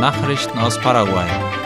Nachrichten aus Paraguay.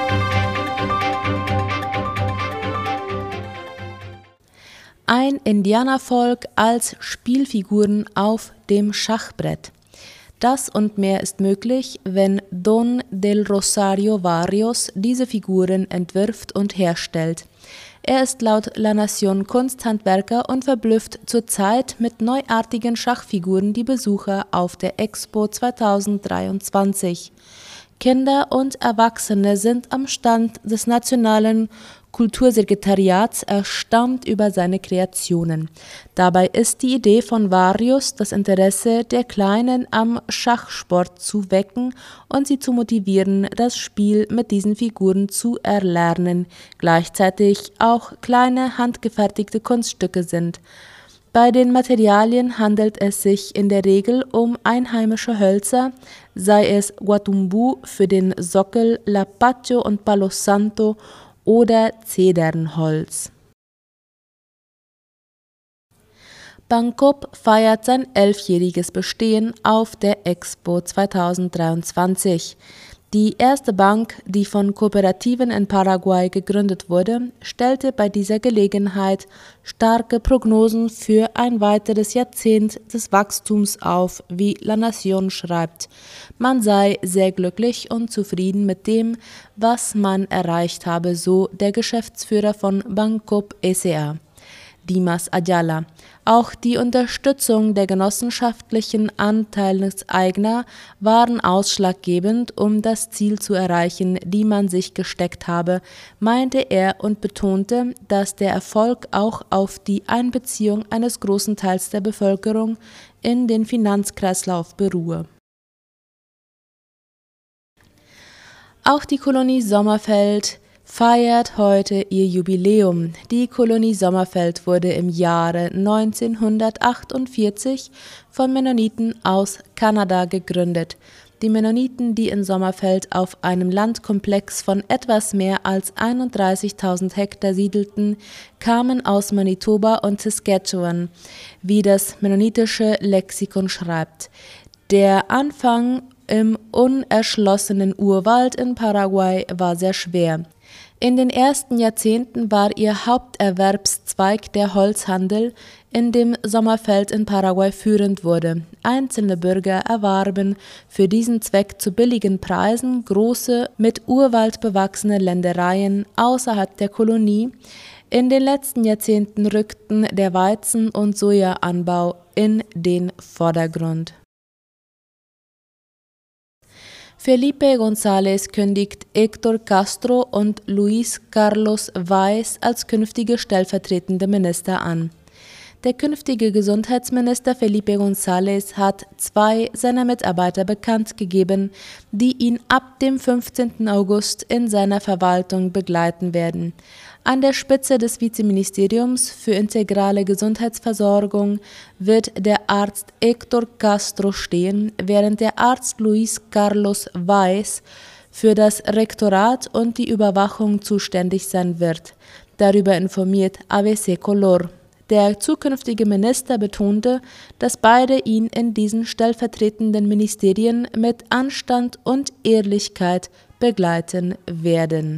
Ein Indianervolk als Spielfiguren auf dem Schachbrett. Das und mehr ist möglich, wenn Don del Rosario Barrios diese Figuren entwirft und herstellt. Er ist laut La Nación Kunsthandwerker und verblüfft zurzeit mit neuartigen Schachfiguren die Besucher auf der Expo 2023. Kinder und Erwachsene sind am Stand des Nationalen Kultursekretariats erstaunt über seine Kreationen. Dabei ist die Idee von Barrios, das Interesse der Kleinen am Schachsport zu wecken und sie zu motivieren, das Spiel mit diesen Figuren zu erlernen, gleichzeitig auch kleine handgefertigte Kunststücke sind. Bei den Materialien handelt es sich in der Regel um einheimische Hölzer, sei es Guatumbu für den Sockel, Lapacho und Palo Santo oder Zedernholz. Bancopp feiert sein 11-jähriges Bestehen auf der Expo 2023. Die erste Bank, die von Kooperativen in Paraguay gegründet wurde, stellte bei dieser Gelegenheit starke Prognosen für ein weiteres Jahrzehnt des Wachstums auf, wie La Nación schreibt. Man sei sehr glücklich und zufrieden mit dem, was man erreicht habe, so der Geschäftsführer von Bancopp S.A., Dimas Ayala. Auch die Unterstützung der genossenschaftlichen Anteilseigner waren ausschlaggebend, um das Ziel zu erreichen, die man sich gesteckt habe, meinte er und betonte, dass der Erfolg auch auf die Einbeziehung eines großen Teils der Bevölkerung in den Finanzkreislauf beruhe. Auch die Kolonie Sommerfeld feiert heute ihr Jubiläum. Die Kolonie Sommerfeld wurde im Jahre 1948 von Mennoniten aus Kanada gegründet. Die Mennoniten, die in Sommerfeld auf einem Landkomplex von etwas mehr als 31.000 Hektar siedelten, kamen aus Manitoba und Saskatchewan, wie das mennonitische Lexikon schreibt. Der Anfang im unerschlossenen Urwald in Paraguay war sehr schwer. In den ersten Jahrzehnten war ihr Haupterwerbszweig der Holzhandel, in dem Sommerfeld in Paraguay führend wurde. Einzelne Bürger erwarben für diesen Zweck zu billigen Preisen große, mit Urwald bewachsene Ländereien außerhalb der Kolonie. In den letzten Jahrzehnten rückten der Weizen- und Sojaanbau in den Vordergrund. Felipe González kündigt Héctor Castro und Luis Carlos Valls als künftige stellvertretende Minister an. Der künftige Gesundheitsminister Felipe González hat 2 seiner Mitarbeiter bekannt gegeben, die ihn ab dem 15. August in seiner Verwaltung begleiten werden. An der Spitze des Vizeministeriums für integrale Gesundheitsversorgung wird der Arzt Héctor Castro stehen, während der Arzt Luis Carlos Valls für das Rektorat und die Überwachung zuständig sein wird. Darüber informiert ABC Color. Der zukünftige Minister betonte, dass beide ihn in diesen stellvertretenden Ministerien mit Anstand und Ehrlichkeit begleiten werden.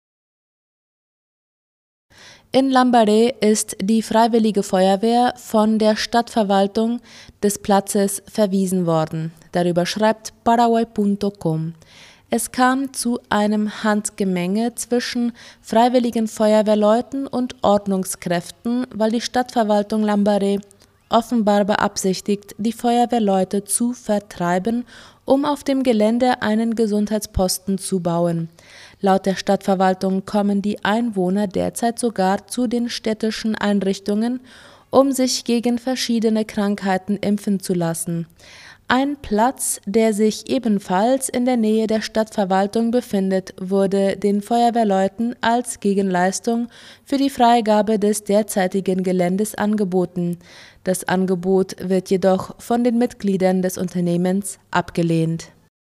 In Lambaréné ist die Freiwillige Feuerwehr von der Stadtverwaltung des Platzes verwiesen worden. Darüber schreibt Paraguay.com. Es kam zu einem Handgemenge zwischen freiwilligen Feuerwehrleuten und Ordnungskräften, weil die Stadtverwaltung Lambaréné offenbar beabsichtigt, die Feuerwehrleute zu vertreiben, um auf dem Gelände einen Gesundheitsposten zu bauen. Laut der Stadtverwaltung kommen die Einwohner derzeit sogar zu den städtischen Einrichtungen, um sich gegen verschiedene Krankheiten impfen zu lassen. Ein Platz, der sich ebenfalls in der Nähe der Stadtverwaltung befindet, wurde den Feuerwehrleuten als Gegenleistung für die Freigabe des derzeitigen Geländes angeboten. Das Angebot wird jedoch von den Mitgliedern des Unternehmens abgelehnt.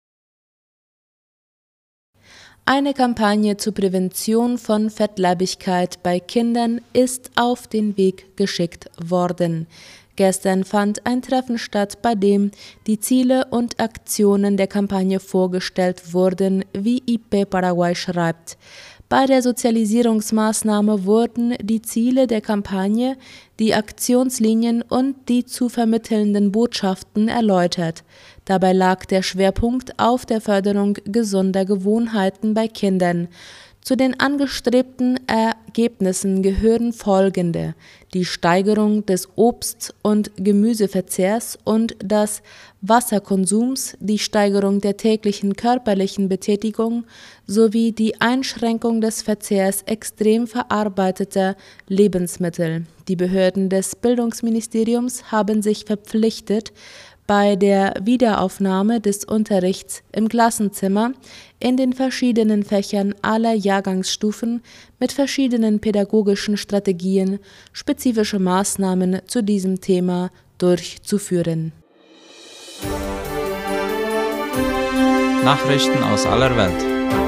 Eine Kampagne zur Prävention von Fettleibigkeit bei Kindern ist auf den Weg geschickt worden. Gestern fand ein Treffen statt, bei dem die Ziele und Aktionen der Kampagne vorgestellt wurden, wie IP Paraguay schreibt. Bei der Sozialisierungsmaßnahme wurden die Ziele der Kampagne, die Aktionslinien und die zu vermittelnden Botschaften erläutert. Dabei lag der Schwerpunkt auf der Förderung gesunder Gewohnheiten bei Kindern. Zu den angestrebten Ergebnissen gehören folgende: die Steigerung des Obst- und Gemüseverzehrs und des Wasserkonsums, die Steigerung der täglichen körperlichen Betätigung sowie die Einschränkung des Verzehrs extrem verarbeiteter Lebensmittel. Die Behörden des Bildungsministeriums haben sich verpflichtet, bei der Wiederaufnahme des Unterrichts im Klassenzimmer in den verschiedenen Fächern aller Jahrgangsstufen mit verschiedenen pädagogischen Strategien spezifische Maßnahmen zu diesem Thema durchzuführen. Nachrichten aus aller Welt.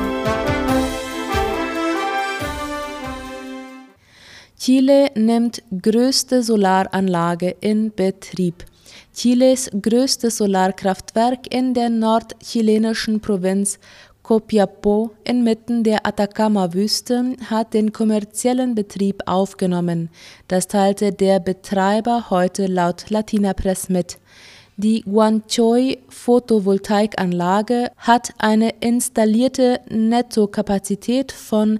Chile nimmt größte Solaranlage in Betrieb. Chiles größtes Solarkraftwerk in der nordchilenischen Provinz Copiapó inmitten der Atacama-Wüste hat den kommerziellen Betrieb aufgenommen. Das teilte der Betreiber heute laut Latina Press mit. Die Guanchoy-Photovoltaikanlage hat eine installierte Nettokapazität von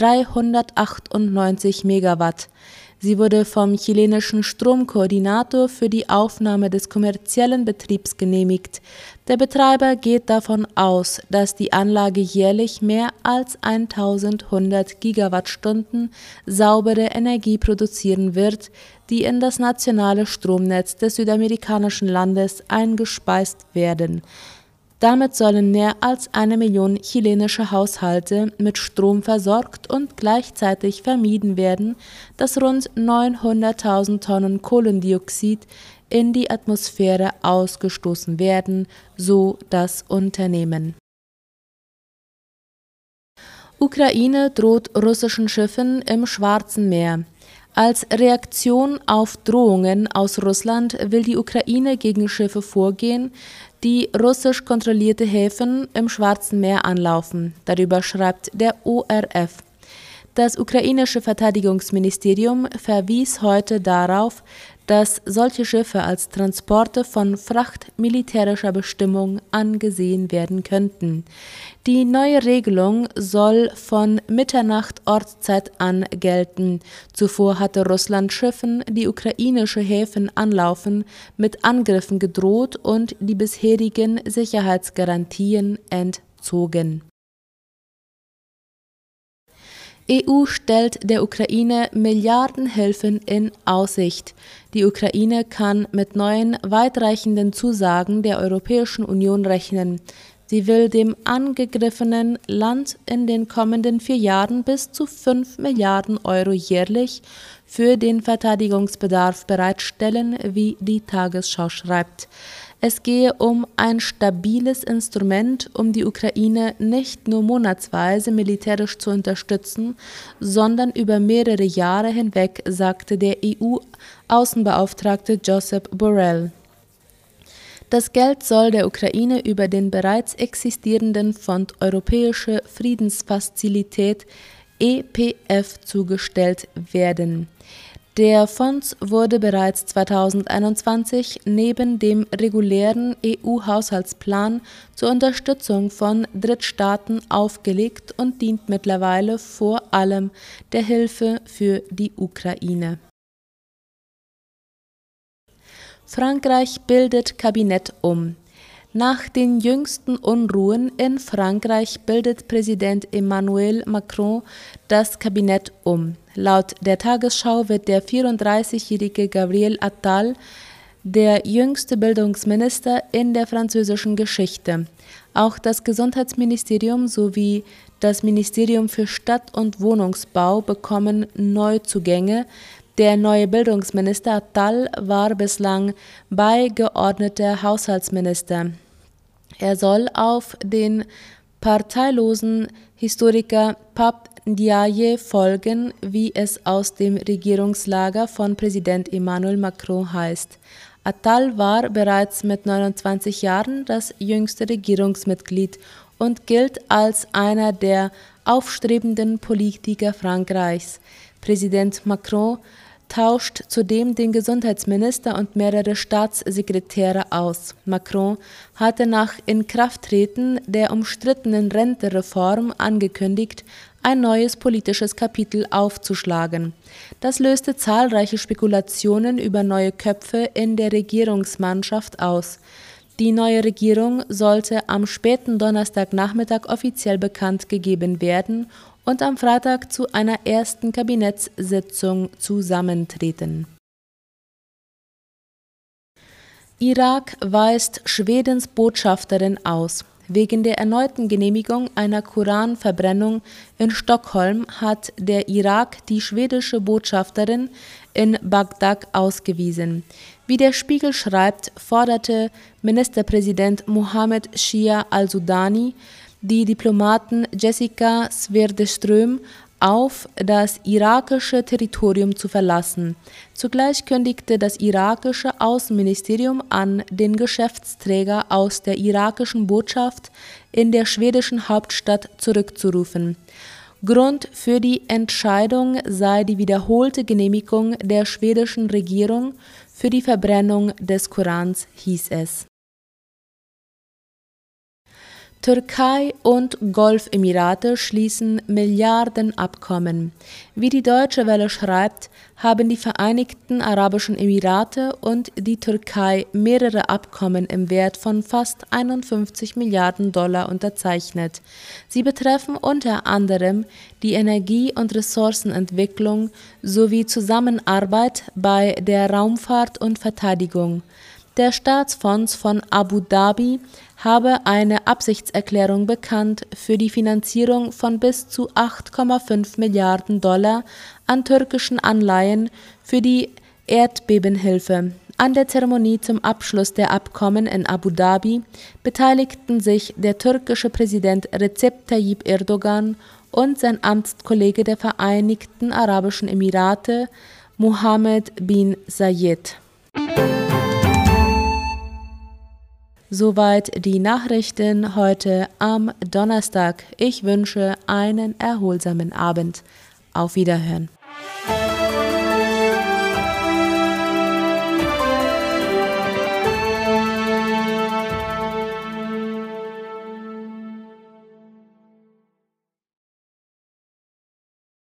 398 Megawatt. Sie wurde vom chilenischen Stromkoordinator für die Aufnahme des kommerziellen Betriebs genehmigt. Der Betreiber geht davon aus, dass die Anlage jährlich mehr als 1100 Gigawattstunden saubere Energie produzieren wird, die in das nationale Stromnetz des südamerikanischen Landes eingespeist werden. Damit sollen mehr als 1 Million chilenische Haushalte mit Strom versorgt und gleichzeitig vermieden werden, dass rund 900.000 Tonnen Kohlendioxid in die Atmosphäre ausgestoßen werden, so das Unternehmen. Ukraine droht russischen Schiffen im Schwarzen Meer. Als Reaktion auf Drohungen aus Russland will die Ukraine gegen Schiffe vorgehen, die russisch kontrollierte Häfen im Schwarzen Meer anlaufen. Darüber schreibt der ORF. Das ukrainische Verteidigungsministerium verwies heute darauf, dass solche Schiffe als Transporte von Fracht militärischer Bestimmung angesehen werden könnten. Die neue Regelung soll von Mitternacht Ortszeit an gelten. Zuvor hatte Russland Schiffen, die ukrainische Häfen anlaufen, mit Angriffen gedroht und die bisherigen Sicherheitsgarantien entzogen. EU stellt der Ukraine Milliardenhilfen in Aussicht. Die Ukraine kann mit neuen, weitreichenden Zusagen der Europäischen Union rechnen. Sie will dem angegriffenen Land in den kommenden 4 Jahren bis zu 5 Milliarden Euro jährlich für den Verteidigungsbedarf bereitstellen, wie die Tagesschau schreibt. Es gehe um ein stabiles Instrument, um die Ukraine nicht nur monatsweise militärisch zu unterstützen, sondern über mehrere Jahre hinweg, sagte der EU-Außenbeauftragte Josep Borrell. Das Geld soll der Ukraine über den bereits existierenden Fonds Europäische Friedensfazilität EPF zugestellt werden. Der Fonds wurde bereits 2021 neben dem regulären EU-Haushaltsplan zur Unterstützung von Drittstaaten aufgelegt und dient mittlerweile vor allem der Hilfe für die Ukraine. Frankreich bildet Kabinett um. Nach den jüngsten Unruhen in Frankreich bildet Präsident Emmanuel Macron das Kabinett um. Laut der Tagesschau wird der 34-jährige Gabriel Attal der jüngste Bildungsminister in der französischen Geschichte. Auch das Gesundheitsministerium sowie das Ministerium für Stadt- und Wohnungsbau bekommen Neuzugänge. Der neue Bildungsminister Attal war bislang beigeordneter Haushaltsminister. Er soll auf den parteilosen Historiker Pape Ndiaye folgen, wie es aus dem Regierungslager von Präsident Emmanuel Macron heißt. Attal war bereits mit 29 Jahren das jüngste Regierungsmitglied und gilt als einer der aufstrebenden Politiker Frankreichs. Präsident Macron tauscht zudem den Gesundheitsminister und mehrere Staatssekretäre aus. Macron hatte nach Inkrafttreten der umstrittenen Rentenreform angekündigt, ein neues politisches Kapitel aufzuschlagen. Das löste zahlreiche Spekulationen über neue Köpfe in der Regierungsmannschaft aus. Die neue Regierung sollte am späten Donnerstagnachmittag offiziell bekannt gegeben werden und am Freitag zu einer ersten Kabinettssitzung zusammentreten. Irak weist Schwedens Botschafterin aus. Wegen der erneuten Genehmigung einer Koranverbrennung in Stockholm hat der Irak die schwedische Botschafterin in Bagdad ausgewiesen. Wie der Spiegel schreibt, forderte Ministerpräsident Mohammed Shia al-Sudani die Diplomaten Jessica Sverdeström auf, das irakische Territorium zu verlassen. Zugleich kündigte das irakische Außenministerium an, den Geschäftsträger aus der irakischen Botschaft in der schwedischen Hauptstadt zurückzurufen. Grund für die Entscheidung sei die wiederholte Genehmigung der schwedischen Regierung für die Verbrennung des Korans, hieß es. Türkei und Golfemirate schließen Milliardenabkommen. Wie die Deutsche Welle schreibt, haben die Vereinigten Arabischen Emirate und die Türkei mehrere Abkommen im Wert von fast 51 Milliarden Dollar unterzeichnet. Sie betreffen unter anderem die Energie- und Ressourcenentwicklung sowie Zusammenarbeit bei der Raumfahrt und Verteidigung. Der Staatsfonds von Abu Dhabi habe eine Absichtserklärung bekannt für die Finanzierung von bis zu 8,5 Milliarden Dollar an türkischen Anleihen für die Erdbebenhilfe. An der Zeremonie zum Abschluss der Abkommen in Abu Dhabi beteiligten sich der türkische Präsident Recep Tayyip Erdogan und sein Amtskollege der Vereinigten Arabischen Emirate, Mohammed bin Zayed. Soweit die Nachrichten heute am Donnerstag. Ich wünsche einen erholsamen Abend. Auf Wiederhören.